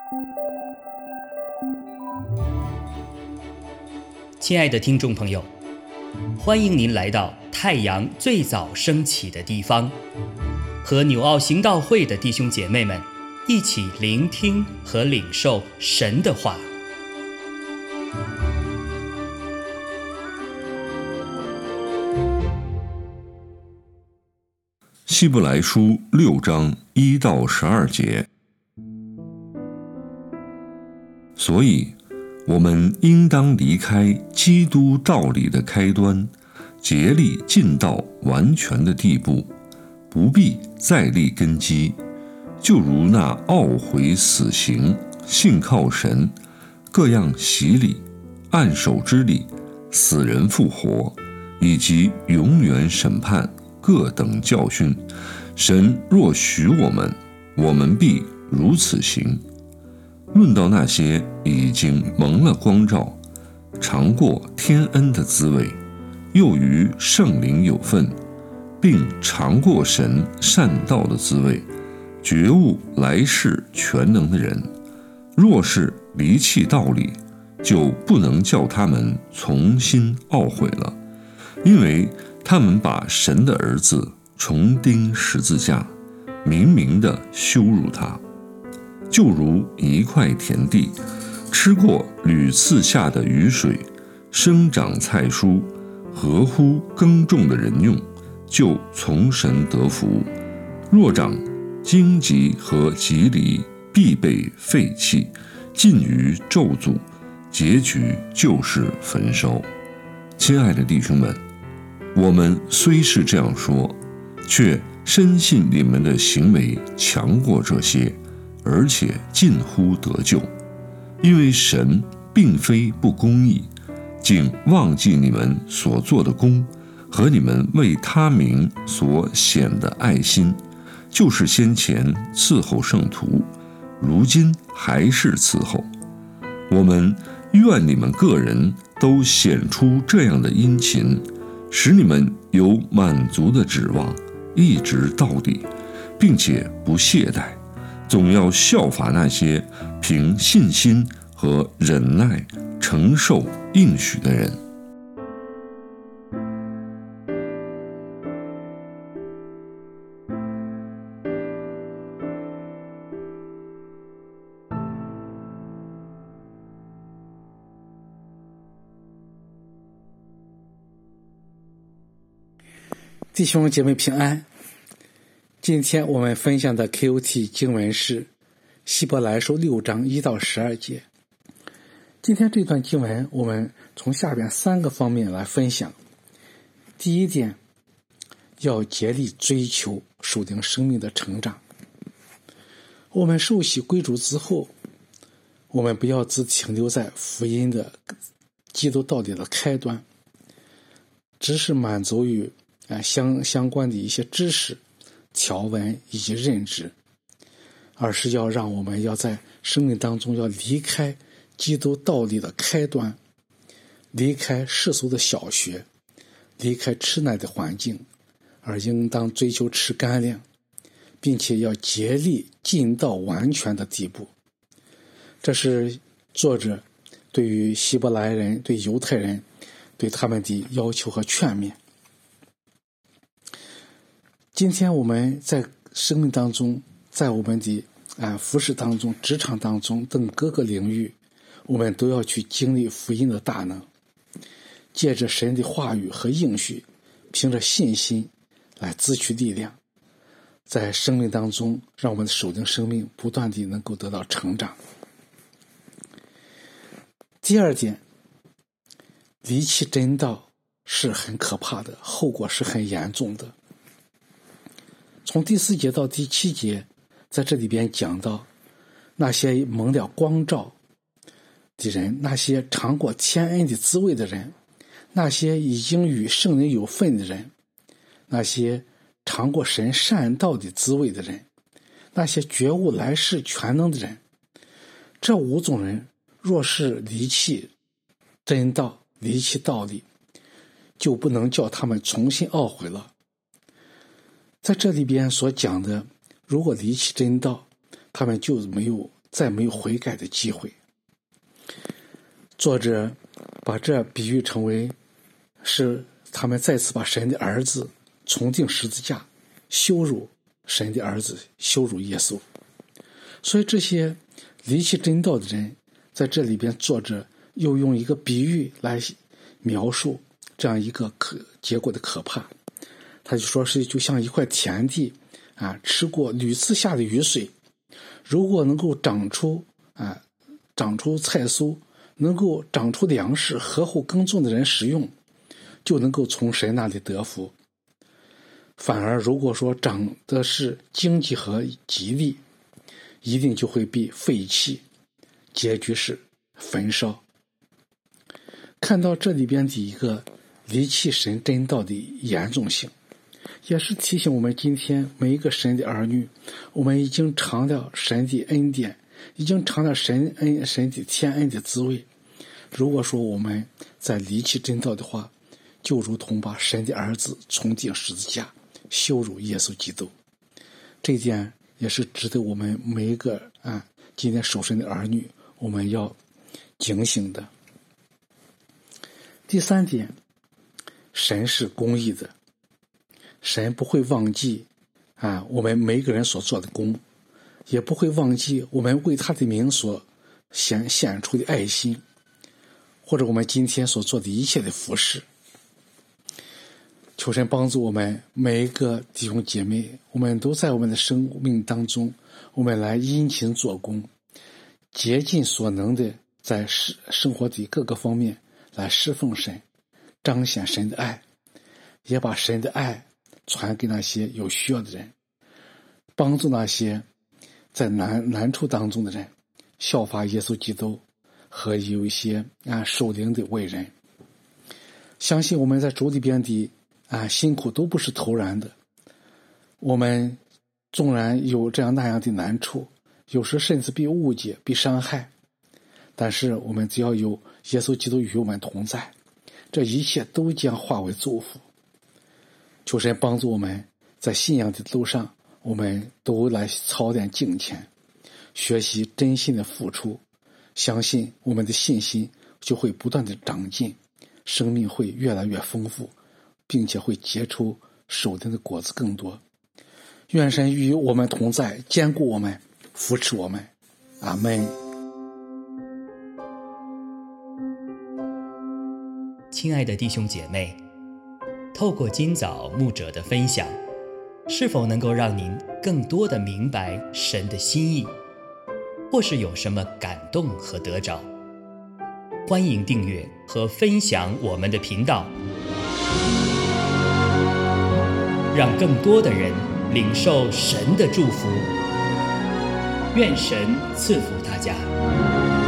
亲爱的听众朋友，欢迎您来到太阳最早升起的地方，和纽奥行道会的弟兄姐妹们一起聆听和领受神的话。 希伯来书6章1到12节。所以我们应当离开基督道理的开端，竭力进到完全的地步，不必再立根基，就如那懊悔死刑、信靠神、各样洗礼、按手之礼、死人复活，以及永远审判各等教训，神若许我们，我们必如此行。论到那些已经蒙了光照，尝过天恩的滋味，又与圣灵有份，并尝过神善道的滋味，觉悟来世全能的人，若是离弃道理，就不能叫他们重新懊悔了，因为他们把神的儿子重钉十字架，明明地羞辱他。就如一块田地，吃过屡次下的雨水，生长菜蔬，合乎耕种的人用，就从神得福。若长荆棘和棘藜，必被废弃，尽于咒诅，结局就是焚烧。亲爱的弟兄们，我们虽是这样说，却深信你们的行为强过这些，而且近乎得救。因为神并非不公义，竟忘记你们所做的功和你们为他名所显的爱心，就是先前伺候圣徒，如今还是伺候。我们愿你们个人都显出这样的殷勤，使你们有满足的指望，一直到底，并且不懈怠，总要效法那些凭信心和忍耐承受应许的人。 弟兄姐妹平安。今天我们分享的 KOT 经文是希伯来书6章1到12节。今天这段经文我们从下边3个方面来分享。第一点，要竭力追求属灵生命的成长。我们受洗归主之后，我们不要只停留在福音的基督道理的开端，只是满足于相关的一些知识、条文以及认知，而是要让我们要在生命当中要离开基督道理的开端，离开世俗的小学，离开吃奶的环境，而应当追求吃干粮，并且要竭力进到完全的地步。这是作者对于希伯来人、对犹太人对他们的要求和劝勉。今天我们在生命当中，在我们的服事当中、职场当中等各个领域，我们都要去经历福音的大能，借着神的话语和应许，凭着信心来汲取力量，在生命当中让我们的属灵生命不断地能够得到成长。第二点，离弃真道是很可怕的，后果是很严重的。从第4节到第7节，在这里边讲到那些蒙了光照的人，那些尝过天恩的滋味的人，那些已经与圣灵有份的人，那些尝过神善道的滋味的人，那些觉悟来世全能的人，这5种人若是离弃真道，离弃道理，就不能叫他们重新懊悔了。在这里边所讲的，如果离弃真道，他们就没有再没有悔改的机会。作者把这比喻成为是他们再次把神的儿子重钉十字架，羞辱神的儿子，羞辱耶稣。所以这些离弃真道的人，在这里边作者又用一个比喻来描述这样一个结果的可怕。他就说是就像一块田地吃过屡次下的雨水，如果能够长出菜蔬，能够长出粮食，合乎耕种的人食用，就能够从神那里得福。反而如果说长的是荆棘和吉利，一定就会被废弃，结局是焚烧。看到这里边的一个离弃神真道的严重性，也是提醒我们今天每一个神的儿女，我们已经尝了神的恩典，已经尝了神的天恩的滋味。如果说我们在离弃真道的话，就如同把神的儿子重钉十字架，羞辱耶稣基督。这一点也是值得我们每一个今天属神的儿女我们要警醒的。第三点，神是公义的，神不会忘记我们每个人所做的功，也不会忘记我们为他的名所显出的爱心，或者我们今天所做的一切的服事。求神帮助我们每一个弟兄姐妹，我们都在我们的生命当中，我们来殷勤做工，竭尽所能的在生活的各个方面来侍奉神，彰显神的爱，也把神的爱传给那些有需要的人，帮助那些在难处当中的人，效法耶稣基督和有一些属灵的伟人。相信我们在主里边的辛苦都不是突然的，我们纵然有这样那样的难处，有时甚至被误解被伤害，但是我们只要有耶稣基督与我们同在，这一切都将化为祝福。求神帮助我们在信仰的路上，我们都来操练敬虔，学习真心的付出，相信我们的信心就会不断的长进，生命会越来越丰富，并且会结出属灵的果子更多。愿神与我们同在，坚固我们，扶持我们。阿们。 亲爱的弟兄姐妹，透过今早牧者的分享，是否能够让您更多的明白神的心意，或是有什么感动和得着？欢迎订阅和分享我们的频道，让更多的人领受神的祝福。愿神赐福大家。